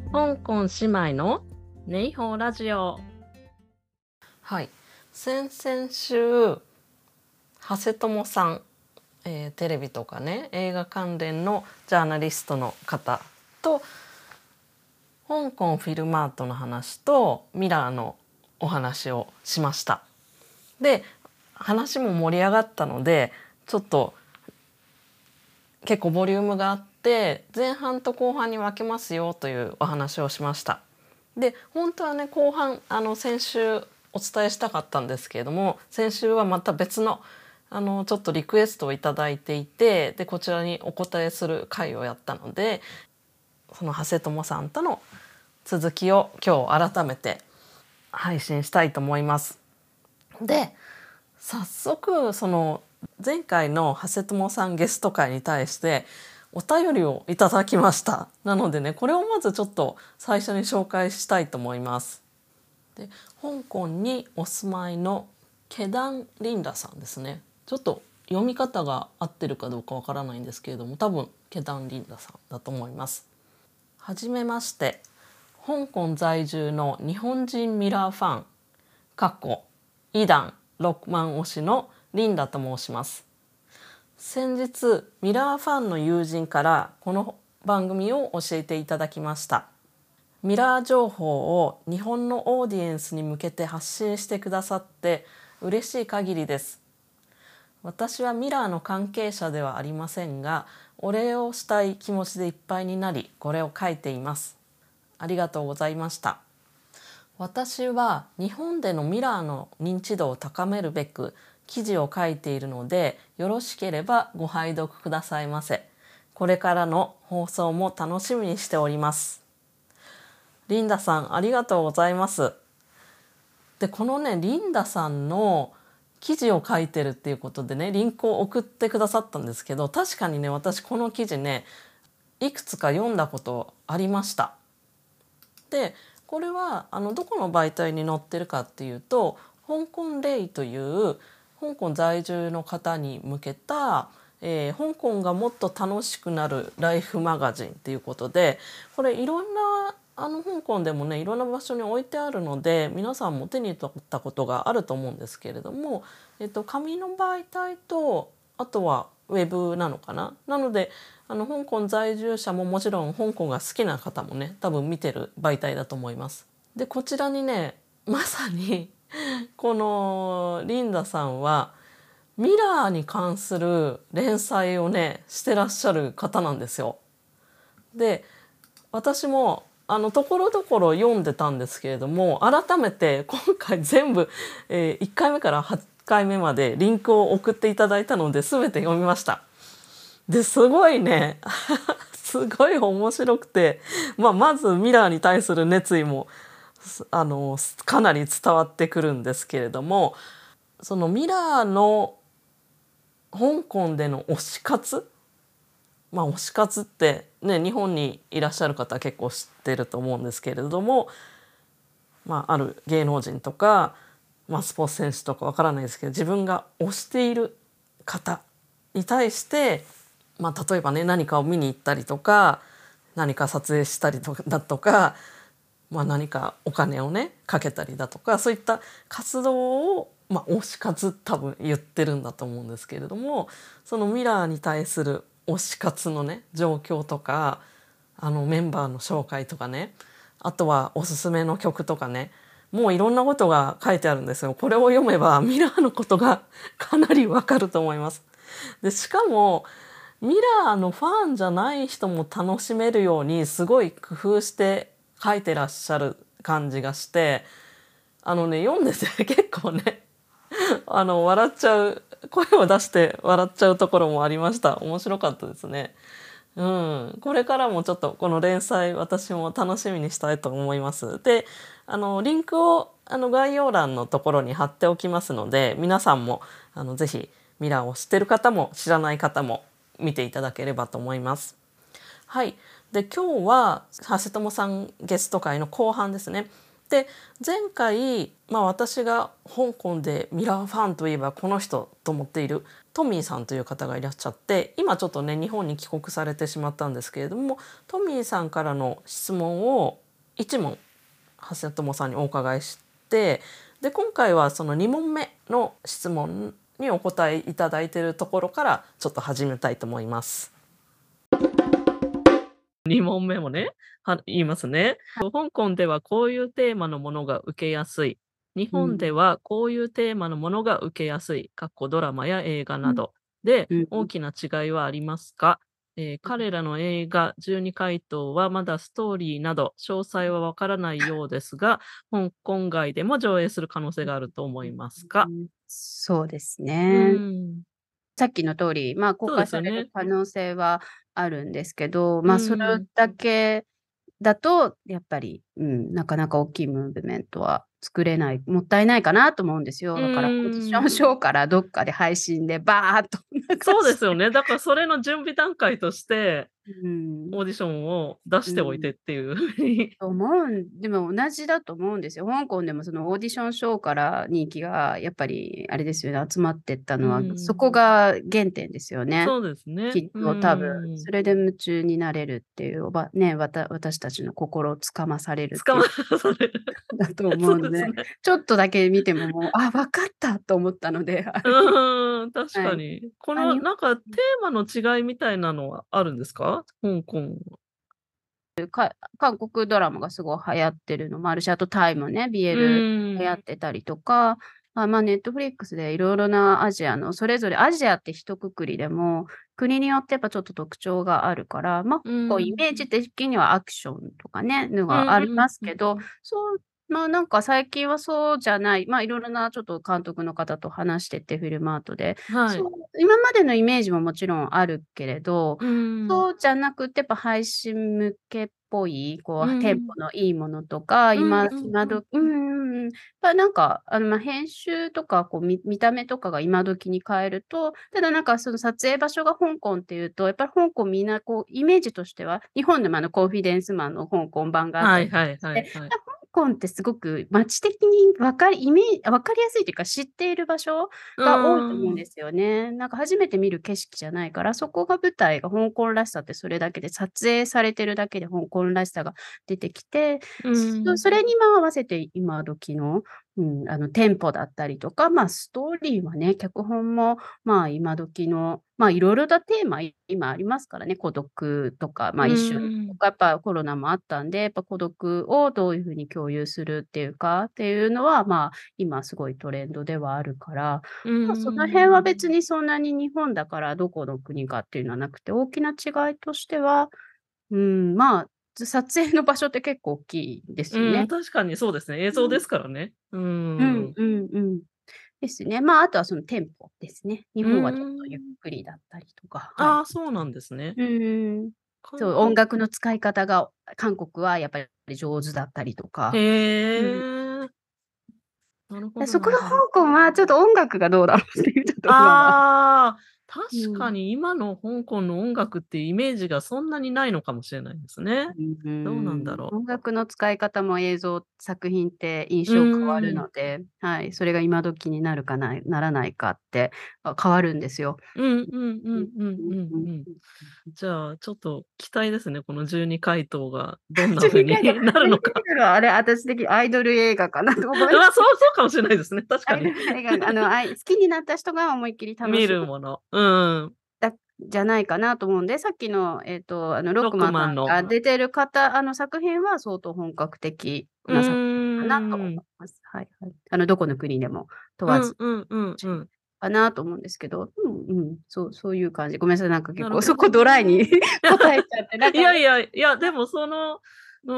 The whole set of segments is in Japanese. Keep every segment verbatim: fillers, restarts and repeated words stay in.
香港姉妹のネイホーラジオ。はい、先々週長谷友さん、えー、テレビとかね映画関連のジャーナリストの方と香港フィルマートの話とミラーのお話をしました。で話も盛り上がったのでちょっと結構ボリュームがあって前半と後半に分けますよというお話をしました。で本当はね後半あの先週お伝えしたかったんですけれども、先週はまた別のあのちょっとリクエストをいただいていて、でこちらにお答えする回をやったので、その長谷友さんとの続きを今日改めて配信したいと思います。で早速その前回の長谷友さんゲスト会に対してお便りをいただきました。なのでねこれをまずちょっと最初に紹介したいと思います。で香港にお住まいのケダン・リンダさんですね。ちょっと読み方が合ってるかどうかわからないんですけれども、多分ケダン・リンダさんだと思います。はじめまして、香港在住の日本人ミラーファンかっこイダンロックマン推しのリンダと申します。先日ミラーファンの友人からこの番組を教えていただきました。ミラー情報を日本のオーディエンスに向けて発信してくださって嬉しい限りです。私はミラーの関係者ではありませんが、お礼をしたい気持ちでいっぱいになりこれを書いています。ありがとうございました。私は日本でのミラーの認知度を高めるべく記事を書いているので、よろしければご拝読くださいませ。これからの放送も楽しみにしております。リンダさんありがとうございます。でこのねリンダさんの記事を書いてるっていうことでねリンクを送ってくださったんですけど、確かにね私この記事ねいくつか読んだことありました。でこれはあのどこの媒体に載ってるかっていうと、香港レイという香港在住の方に向けた、えー、香港がもっと楽しくなるライフマガジンっていうことで、これいろんなあの香港でもねいろんな場所に置いてあるので皆さんも手に取ったことがあると思うんですけれども、えっと、紙の媒体とあとはウェブなのかな。なのであの香港在住者ももちろん香港が好きな方もね多分見てる媒体だと思います。でこちらにねまさにこのリンダさんはミラーに関する連載をねしてらっしゃる方なんですよ。で私もあのところどころ読んでたんですけれども、改めて今回全部、えー、いっかいめからはちかいめまでリンクを送っていただいたので全て読みました。ですごいねすごい面白くて、まあ、まずミラーに対する熱意もあのかなり伝わってくるんですけれども、そのミラーの香港での推し活、まあ推し活ってね日本にいらっしゃる方は結構知ってると思うんですけれども、まあ、ある芸能人とか、まあ、スポーツ選手とかわからないですけど自分が推している方に対して、まあ、例えばね何かを見に行ったりとか何か撮影したりとかだとか、まあ、何かお金をねかけたりだとか、そういった活動を、まあ、推し活多分言ってるんだと思うんですけれども、そのミラーに対する推し活のね状況とか、あのメンバーの紹介とかね、あとはおすすめの曲とかね、もういろんなことが書いてあるんですよ。これを読めばミラーのことがかなりわかると思います。でしかもミラーのファンじゃない人も楽しめるようにすごい工夫して書いてらっしゃる感じがして、あのね読んでて結構ねあの笑っちゃう、声を出して笑っちゃうところもありました。面白かったですね。うん、これからもちょっとこの連載私も楽しみにしたいと思います。であのリンクをあの概要欄のところに貼っておきますので、皆さんもあのぜひミラーを知ってる方も知らない方も見ていただければと思います。はい。で今日は長谷友さんゲスト会の後半ですね。 で、前回、まあ、私が香港でミラーファンといえばこの人と思っているトミーさんという方がいらっしゃって、今ちょっとね日本に帰国されてしまったんですけれども、トミーさんからの質問をいち問長谷友さんにお伺いして、で今回はそのに問目の質問にお答えいただいているところからちょっと始めたいと思います。に問目もね、は言いますね。香港ではこういうテーマのものが受けやすい。日うん。 本ではこういうテーマのものが受けやすい。かっこドラマや映画うん。 など。で、 うん。 大きな違いはありますか？えー彼らの映画じゅうに回答はまだストーリーなど詳細はわからないようですが、香港外でも上映する可能性があると思いますか？ うん、そうですうね。 ーん。 さっきの通り、まあ、公そうで開されるすよね。 可能性はあるんですけど、 うまあ、それーん。 だけだと、やっぱり、うん、なかなか大きいムーブメントは作れない、もったいないかなと思うんですうよ。だから、オーディシーん。 ョンショーからどっかで配信でバーっと流そうでして。 すよね。だからそれの準備段階として、 うん。 オーディションを出しておいうん。 てっていう風に。 と思うんでも同じだと思うんですよ。香港でもそのオーディションショーから人気がやっぱりあれですよね、集まってったうのは、そん。 こが原点ですよね。 そうですね。 きっうと多分、 ん。 それで夢中になれるっていう、おばね、わた私たちの心をつかまされるっつかまていうされる。 だと思うんで、 そうですね。 ちょっとだけ見てももう、あ、分かったと思ったので、あれうーん、確はい。 かに。こま、にのなんかテーマの違いみたいなのはあるんですか？香港は。 か韓国ドラマがすごい流行ってるのもあるし、あとタイもね、 うビーエル 流行ーん。 ってたりとか、あ、ま、ネットフリックスでいろいろなアジアのそれぞれアジアって一括りでも、国によってやっぱちょっと特徴があるから、ま、 うこうイん。 メージ的にはアクションとかね、のうんがありうんうん。 ますけど、そう、ま、なんか最近はそうじゃない、ま、いろいろなちょっと監督の方と話してて、フィルマートで。 はい。 そう、今までのイメージももちろんあるけれど、 うーん。 そうじゃなくて、やっぱ配信向けっぽい、こうテンうん。 ポのいいものとか、 うん今うんうん。 今どうんうんうん。ぱなんか、あの、ま、編集とか、こう、み見た目とかが今時に変えると、ただなんかその撮影場所が香港っていうと、やっぱり香港みんなこうイメージとしては、日本でもあのコンフィデンスマンの香港版があったりはいはいして、 はいはい。 あ、香港ってすごく街的に分かりイメー分かりやすいというか、知っている場所うが多いと思うんーん。 ですよね。なんか初めて見る景色じゃないから、そこが舞台が香港らしさってそれだけで、撮影されてるだけで香港らしさが出てきて、 うーそん。 それにまあ合わせて今時の、うん、あのテンポだったりとか、ま、ストーリーはね、脚本もまあ今時の、ま、色々なテーマ、今ありますからね、孤独とか、ま、 う一緒にーん。 とか、やっぱコロナもあったんで、やっぱ孤独をどういう風に共有するっていうかっていうのは、まあ、今すごいトレンドではあるから、 うーま、その辺はん。 別にそんなに日本だからどこの国かっていうのはなくて、大きな違いとしては、うん、まあ、つ撮影の場所って結構大きいですようん、 ね。 確かにそうですね。映うん。 像ですからね。うーうんん。 うんうん。ですね。まあ、あとはそのテンポですね。日うー本はちょっとゆっん。 くりだったりとか、はい。 ああ、そうなんですね。 うーん。そう、音韓国楽の使い方が韓国はやっぱり上手だったりとへか。うん。 え。なるほで、そこが香どなるほど。 港はちょっと音楽がどうだろうっていうちょっと不安はああ、確うん。 かに今の香港の音楽っていうイメージがそんなにないのかもしれないですね。 うーどうなんだん、 ろう。 音楽の使い方も映像作品って印う象変わるーん。 ので、はい、それが今時になるかないならないかって、あ、変わるんですよ。 うんうんううんんうんうんうんうん。 うんうんうん。 じゃあ、ちょっと期待ですね、このじゅうに回答がどんな風にじゅうにかいとなるのか。 じゅうにかいはあれ、私的アイドル映画かなとごめんうわ、 なさい。 そうそうかもしれないですね、確かに。 アイドル映画が、あの、あい好きになった人が思いっきり楽見しむるもの。うん。 だじゃないかなと思うんで、さっきの、えっと、あの、ロッロッククマンさんマンの。 が出てる方あの、作品は相当本格的うな作品かなと思いーん。 ます。はいはい。あの、どこの国でも問うわず、 んうんうんうん。 かなと思うんですけど、うんうん、そうそういう感じ。ごめんなさい、なんか結なる構そこほどね。 ドライに答えちゃって、なんかねいやいや、いや、でもその、うん、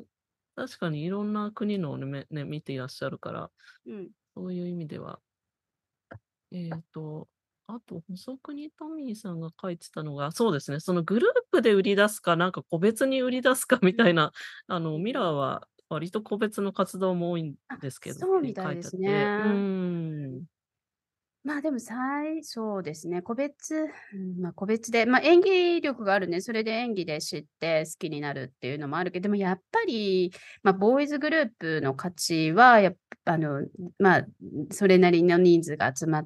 確かにいろんな国のねめね、見ていらっしゃるから、 うん。 そういう意味ではえっと、あと補足にトミーさんが書いてたのが、そうですね、そのグループで売り出すか、なんか個別に売り出すかみうん。 たいな、あの、ミラーうん。 は割と個別の活動も多いんあ、 ですけどっそうて書いみたいですてあって、うーね。 ん。 まあ、でも、さいそうですね、個別うん、ま、個別で、ま、演技力があるんで、それで演技で知って好きになるっていうのもあるけど、でもやっぱり、ま、ボーイズグループの価値は、やっぱ、あの、まあ、それなりの人数が集まって、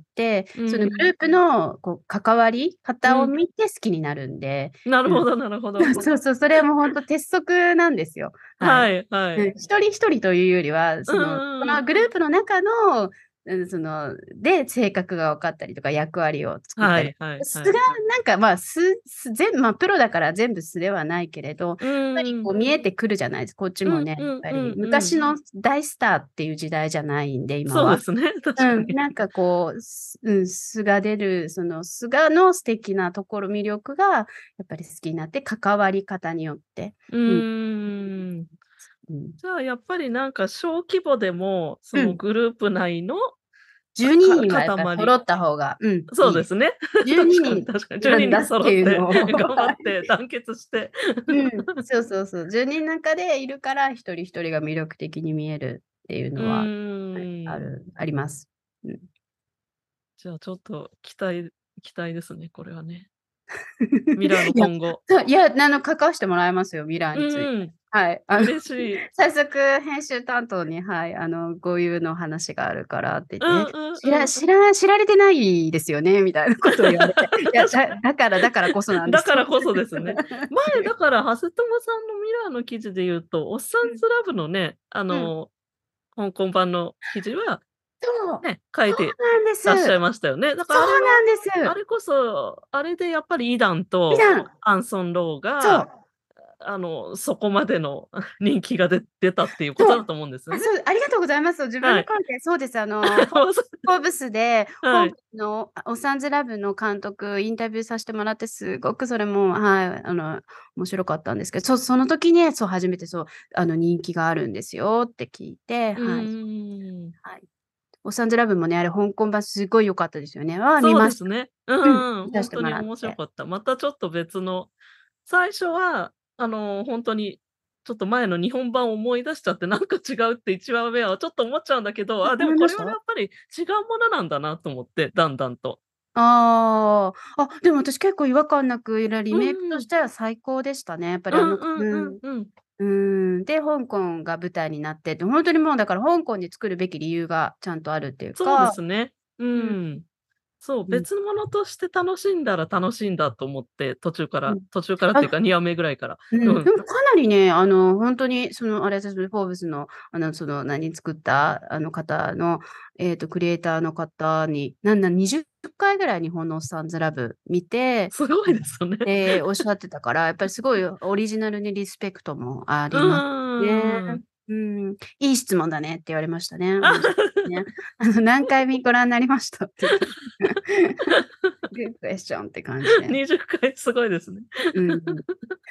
うん。 そのグループのこう関わり方をうん。 見て好きになるんで、うん。 なるほどなるほど。 そうそう、それはもうほんと鉄則なんですよ。はい。 はいはい。 うん、一人一人というよりは、 うんその、そうんうん。 のグループの中の、うん、その、で、性格が分かったりとか、役割を作ったり。 はいはい素がはい。 なんか、ま、素素ぜんま、プロだから全部素ではないけれど、やっうぱりーん。 こう見えてくるじゃないすこっちうんもね、やっうんうんぱり。 うん。 昔の大スターっていう時代じゃないんで、今は。 そうですね、確かうん、 に。 なんかこう、すうん、素が出る、その素がの素敵なところ、魅力がやっぱり好きになって、関わり方によって、 ううん。 ーん。 うん。 じゃあ、やっぱりなんか小規模でも、そのうん。 グループ内の、 じゅうにかにんはやっぱ揃塊った方が、うん、いいです。 そうですね。 じゅうに確かにんに確かに。じゅうにんなんだって揃って、 いうのを、 頑張はい。 って団結して。 うん、そうそうそう。じゅうにん中でいるから、一人一人が魅力的に見えるっていううのは、はい、あーん。 るあります。うん。 じゃあ、ちょっと期待期待ですね、これはね。ミラーのいや、 今後。 そう、いや、あの、書かしてもらいますよ、ミラーうについて。 んうん。 はい。あの、 嬉しい。 早速編集担当に、はい、あの、こういうの話があるからって言って、 うんうん 「え、知らうん。 知ら知られてないですよね」みたいなことを言われて、いや、だだからだからこそなんですよ。 だからこそですね。前だから、長谷友さんのミラーの記事で言うと、おっさうん。 んずラブのね、あうん。 の、香港版の記事は、 そう、 ね、書いてそうなんです。 らっしゃいましたよね。だからあれは、 そうなんです。 あれこそ、あれでやっぱりイダンとイダン。 アンソンローが、 そう。 あの、そこまでの人気がで出たっていうこそう。 とだと思うんですよあ、 ね。 そう、ありがとうございます。自分はい。 の観点、そうです。あの、フォフォーブスで、 はい。 香港のおっさんずラブの監督、インタビューさしてもらって、すごくそれも、はい、あの、面白かったんですけど、そう、その時に、そう、初めてそう、あの、人気があるんですよって聞いて、 うはい。 ーん。 はい。おっさんずラブもね、あれ香港版すごい良かったですよね。ああ、見そうました。 ですね。ううん、 んうん、 見さしてもほんとにらって。 面白かった。またちょっと別の最初は、あの、ほんとに、ちょっと前の日本版を思い出しちゃって、なんか違うっていちわめはちょっと思っちゃうんだけど、 あ、 あ、でもこれはや思いました？ っぱり違うものなんだなと思って、だんだんと。 ああ、あ、でも私結構違和感なく、いらリうメイクんうん。 としては最高でしたね。やっぱりあの、 うんうんうん。 うんうん。 うーん、で、香港が舞台になってて、ほんとにもうだから香港に作るべき理由がちゃんとあるっていうそうでか、 すね。ううん。 ん。そう、 うん。 別物として楽しんだら楽しいんだと思って、途中からうん。 途中からっていうか、 あにわめぐらいから。 うん、 うん。 でもかなりね、あの、ほんとにその、あれですね、フォーブスの、あの、その、何、作ったあの方の、えっと、クリエイターの方に、なんなんにじゅっかいぐらい日本のおっさんずラブ見て、 すごあの、 いですよね。 で、おっしゃってたから、やっぱりすごいオリジナルにリスペクトもあうりますね。 ーん。 うん、いい質問だねって言われましたね、同じね。あの、何回みご覧なりましたって言って。グッドクエスチョンって感じで。 にじゅっかいすごいですね。 うんうん。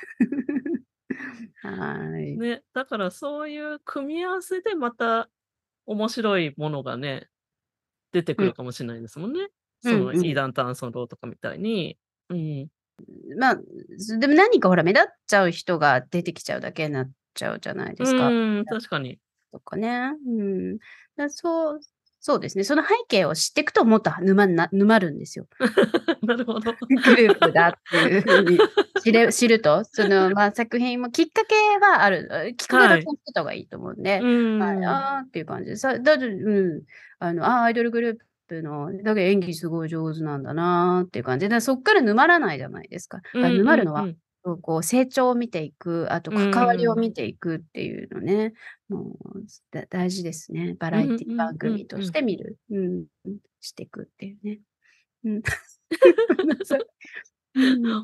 はい。 ね、だからそういう組み合わせでまた面白いものがね、出てくうん。 るかもしんないですもんね。そのうんうん。 イダンとアンソンローとかみたいに。うん。 ま、ずでも何かほら目立っちゃう人が出てきちゃうだけなっちゃうじゃないうですか。 ーん、確かに。 とかね。うん。だ、そうそうですね、その背景を知ってくともっとは沼んな沼るんですよ。 なるほど。 グループだっていう風に知れ知ると、その、ま、作品もきっかけはある、あ、きっかけはたはい。 くさん作った方がいいと思うんうで、はい、 ーん。 ああっていう感じで、さだってうん、あの、ああ、アイドルグループの、だけど演技すごい上手なんだなっていう感じで、そっから沼らないじゃないですか。あ、 うん沼るのは、 うんうん。 こうこう成長を見ていく、あとう関わりをーん。 見ていくっていうのね、もう、だ大事ですね。バうんラエティうんう番組としんうん。 て見る。うん、うん、してくっていうね。うん。ごめんなさい。うん。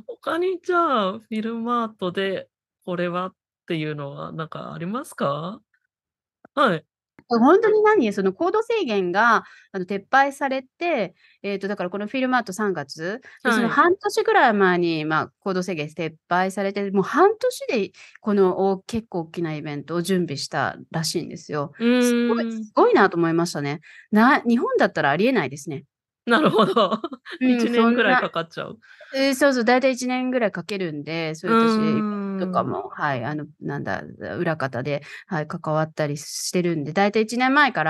他にじゃあ、フィルマートで、これはっていうのはなんかありますか？はい。 あ、ほんとに何、その行動制限が、あの、撤廃されて、えっと、だからこのフィルマートさんがつ、で、そのはい。 半年ぐらい前に、ま、行動制限撤廃されて、もう半年でこのお結構おっきなイベントを準備したらしいんですよ。 うすごいーん。 すごいなと思いましたね。な日本だったらありえないですね。 なるほど。いうん、 ちねんぐらいそんなかかっちゃう。 ええ、そうそう、大体いちねんぐらいかけるんで、そうういう私イベントとーん。 かも、はい、あの、なんだ、裏方で、はい、関わったりしてるんで、大体いちねんまえから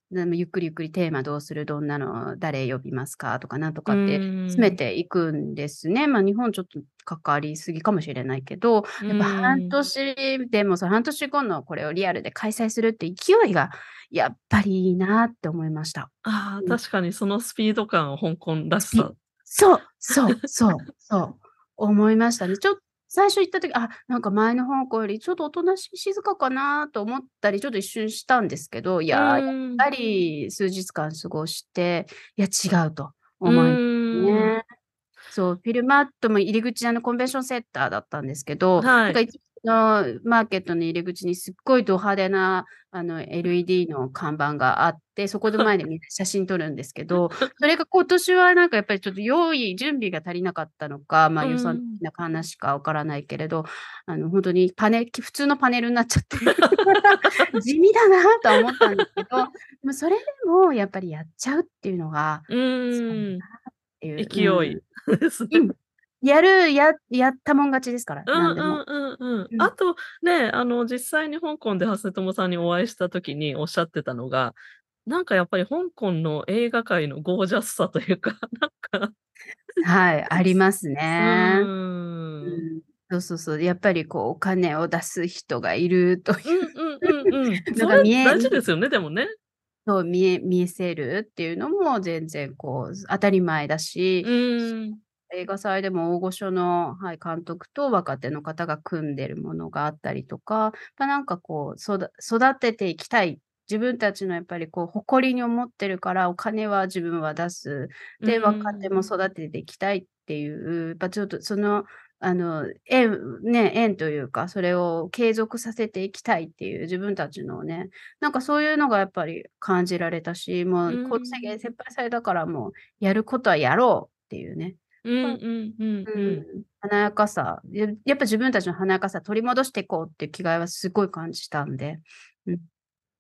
でもゆっくりゆっくりテーマどうする、どんなの、誰呼びますかとかなんとうかって詰めーん。 ていくんですね。ま、日本ちょっとかかりすぎかもしれないけど、 うやっぱ半ーん。 年でもその半年後のこれをリアルで開催するって勢いがやっぱりいいなって思いました。 ああ、 うん。 確かにそのスピード感、香港らしスピさ。 そうそうそうそう、思いましたね。ちょ最初行った時、あ、なんか前の香港よりちょっとおとなしい静かかなと思ったり、ちょっと一瞬したんですけど、いうや、やっーん。 ぱり数日間過ごして、いや違うとう思いーん。 ね。そう、フィルマートも入り口、あのコンベンションセンターだったんですけど、 はい。 なんかいつのマーケットの入り口にすっごいど派手なあの LED の看板があって、そこで前でみんな写真撮るんですけど、それが今年はなんかやっぱりちょっと用意準備が足りなかったのか、ま、 う予算的ん。 な話かわからないけれど、あのほんとにパネ普通のパネルになっちゃって、地味だなとは思ったんですけど、ま、それでもやっぱりやっちゃうっていうのがうすごいなーん。 っていう、 勢いうん。 ですね。 うん。やるややったもん勝ちですから、 うんなんでも。 うんうんうん。 うん。 あと、ね、あの実際に香港で長谷友さんにお会いした時におっしゃってたのが、なんかやっぱり香港の映画界のゴージャスさというか、なんかはい、ありますうね。うーん。 ん、そうそうそう、やっぱりこうお金を出す人がいるといううんうんうんうん。 のそれが見え大事ですよね、でもね。 そう、見え見せるっていうのも全然こう当たり前だし、 うーん。 映画祭でも大御所の、はい、監督と若手の方が組んでるものがあったりとか、ま、なんかこう、そだ育てていきたい、自分たちのやっぱりこう誇りに思ってるからお金は自分は出す。 うで、若ーん。 手も育てていきたいっていう、やっぱちょっとその、あの、縁ね、縁というか、それを継続させていきたいっていう自分たちのね、なんかそういうのがやっぱり感じられたし、もううこの世ーん。 間接待祭だからもうやることはやろうっていうね。 うんぱうんうんううん。 ん、華やかさ、ややっぱ自分たちの華やかさ取り戻していこうっていう気概はすごい感じたんで、うん。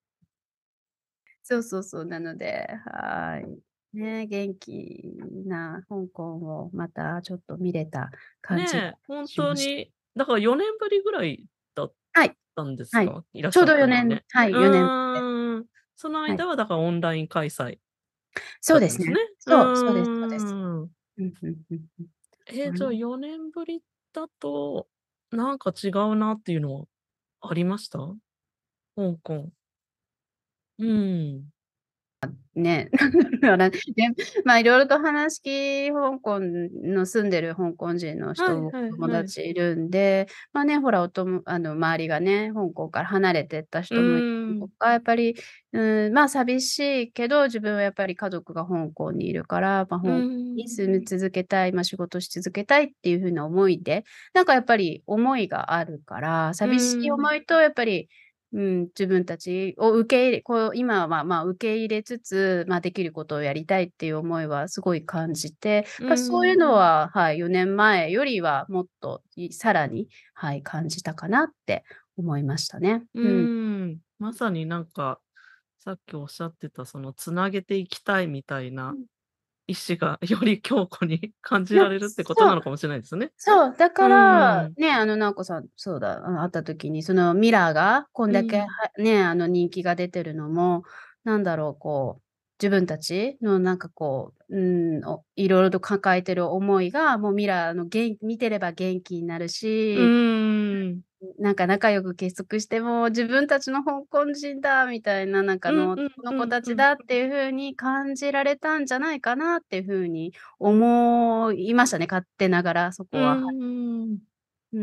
そうそうそう、なので、はい。ね、元気な香港をまたちょっと見れた感じがね、本しました。 当に、だからよねんぶりぐらいだっはい。 たんですはい。 か？いらっちょうしゃっどよねんたのはね。 はい、 うよねんです。 ーん。そのはい。 間はだからオンライン開催そうですね。 だったんですね。うそう、そうですそうです。 ーん。 うん、ふんふんふん。 え、 あのじゃあよねんぶりだと、なんか違うなっていうのはありました？香港。うーん。 ね、ね、ま、色々と話香港の住んでる香港人の人もはいはい友はい。 達いるんで、ま、ね、ほら、おともあの周りがね、香港から離れてったう人もいーん。 とか、やっぱり、うん、ま、寂しいけど、自分はやっぱり家族が香港にいるから、ま、 うー香港にん。 住み続けたい、ま、仕事し続けたいっていう風な思いで、なんかやっぱり思いがあるから、 う寂しいーん。 思いとやっぱり、うん、自分たちを受け入れこう今は、ま、受け入れつつ、ま、できることをやりたいっていう思いはすごい感じて、 うぱそういうーん。 のは、はい、よねんまえよりはもっと、いさらに、はい、感じたかなって思いましたね。 ううん。 ーん、まさになんか、さっきおっしゃってたその繋げていきたいみたいなうん。 意志がより強固に感じいや、 られるってことそう。 なのかもしれないですね。 そう、だうから、 ーん。 ね、あの直子さん、そうだ、あの会った時にそのミラーがこんだけはうん。 ね、あの人気が出てるのも、なんだろう、こう、自分たちのなんかこう、うん、お色々と抱えてる思いが、もうミラーのげん見てれば元気になるうし、 ーん。 なんか仲良く結束しても自分たちの香港人だみたいな、なんかの、 うんうんこのうんうん。 子たちだっていう風に感じられたんじゃないかなっていう風に思いましたね、勝手ながら、そうこは、はい。 ーん。 うん。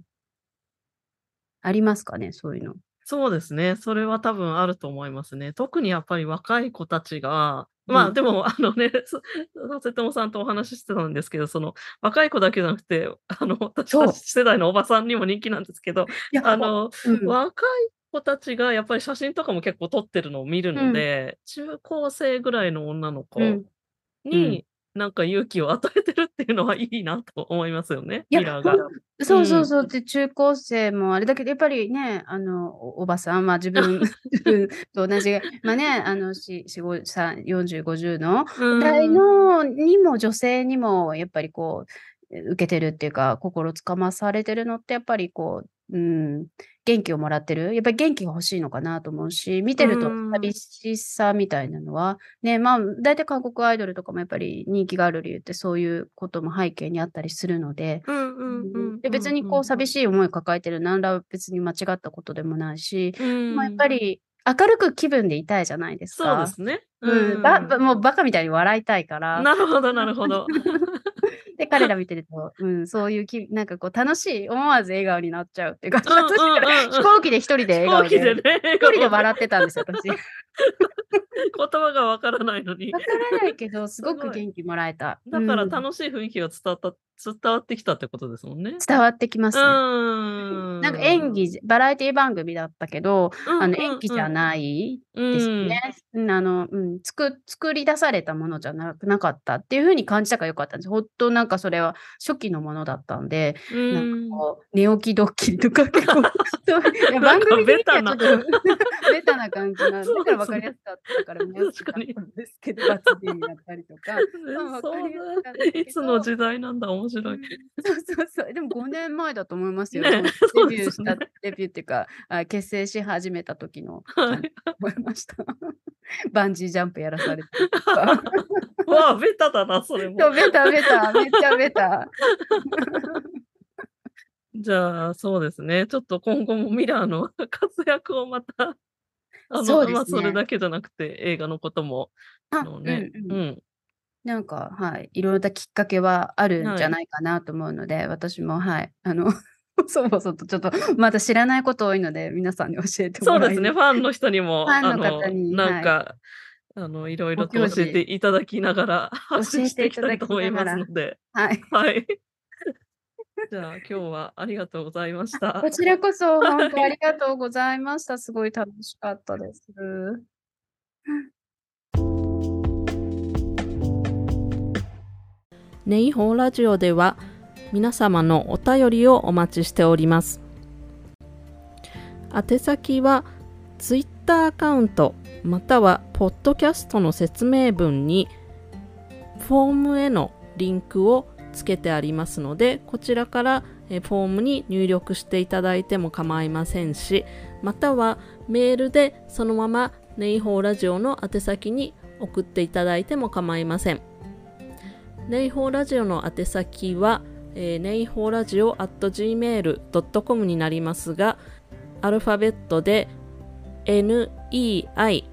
ありますかね、そういうの。 そうですね、それは多分あると思いますね。特にやっぱり若い子たちが、まあ、 うん。 でもあのね、そ長谷友さんとお話ししてたんですけど、その若い子だけじゃなくて、あの私たちそう。 世代のおばさんにも人気なんですけど、 いや、おあのうん。 若い子たちがやっぱり写真とかも結構撮ってるのを見るうん。 ので、中高生ぐらいの女の子うん。うん。 に、なんか勇気を与えてるっていうのはいいなと思いますよね、 いや、ほんミラーが。うん。 そうそうそう、で、中高生もあれだけどやっぱりね、あの、おおばさん、ま、自分自分と同じ、まね、あの、ししごさんよんじゅうごじゅうのう代ーん。 のにも女性にもやっぱりこう、受けてるっていうか、心つかまされてるのってやっぱりこう、 うん、元気をもらってる。やっぱり元気が欲しいのかなと思うし、見うてるとーん。 寂しさみたいなのは、ね、まあ、大体韓国アイドルとかもやっぱり人気がある理由ってそういうことも背景にあったりするので、 うんううん、 んうんで、 うんうん。 別にこう寂しい思いを抱えてるなんら別に間違ったことでもないし、 うまあ、やっーん。 ぱり明るく気分でいたいじゃないですそうでか。 すね。ううん、ばばーん。 もうバカみたいに笑いたいから。 なるほどなるほど。 で、彼ら見てると、うん、そういうきなんかこう楽しい、思わず笑顔になっちゃうっていう感じ。 うんう私だからんうんうん。 飛行機で一人で飛笑顔で、 行機でね、笑一人で顔で。 笑ってたんですよ、私。 言葉がわからないのに。 わからないけど、すごくすごい。 元気もらえた。うだからん。 楽しい雰囲気が伝わった伝わってきたってことですもんね。 伝わってきまうすね。なんか演ーん。 技じバラエティ番組だったけど、 うんあの、演うんうん。 技じゃないうですーん。 ね。うん、あの、うん、つく作り出されたものじゃななかったっていう風に感じたから良かったんです。ほんとなんかそれは初期のものだったんで、 うなんかーん。 こう、寝起きドッキリとか結構、そういやなんか番組的ベタな。 にはちょっとベタな感じなんだから分かりやそうですね。 すかったから見やす確かに。 かったんですけど、罰ゲームやったりとか、まあ、 え、 分かりやすそうだ。 かったいけど、 つの時代なんだ、面白い。 うん、そうそうそう。でもごねんまえだと思いますよ。そね、 のデそうですよね。 ビューしたデビューっていうか、あ、結成し始めた時の感じはい。 思いました。バンジージャンプやらされたりとか。 わあ、ベタだな、それも。 そう、ベタベタ、めっちゃベタ。 じゃあ、そうですね。ちょっと今後もミラーの活躍をまた、あそうの、ま、 ですね。 それだけじゃなくて、映画のことも、ああ、 のね、 うんうん。 うん。 なんか、はい、いろいろなきっかけはあるんじはい。 ゃないかなと思うので、私も、はい、あの、細々とちょっとまだ知らないこと多いので、皆さんに教えてもそうですね、 らいフファンの人にも、 ァンの方あの、 に、はい、 なんか、あの、色々 ごと教えて教示いただきながら、発教え信していきたいていただと思いますきながら、 ので、 はい。 はい。じゃあ、今日はありがとうございましあ、 た。 こちらこそほんとありはい。 がとうございました。すごい楽しかったです。 ネイホーラジオでは皆様のお便りをお待ちしております。宛先はツイッターアカウントまたはポッドキャストの説明文にフォームへのリンクをつけてありますので、こちらからフォームに入力していただいても構いませんし、またはメールでそのままネイホーラジオの宛先に送っていただいても構いません。ネイホーラジオの宛先は、えー、ネイホーラジオ アットジーメールドットコム になりますが、アルファベットで ネイホーラジ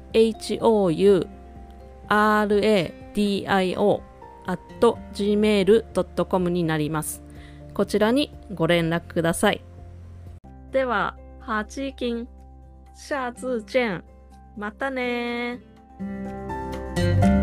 オ アットジーメールドットコム になります。こちらにご連絡ください。では、ハチキン、下次見。またね。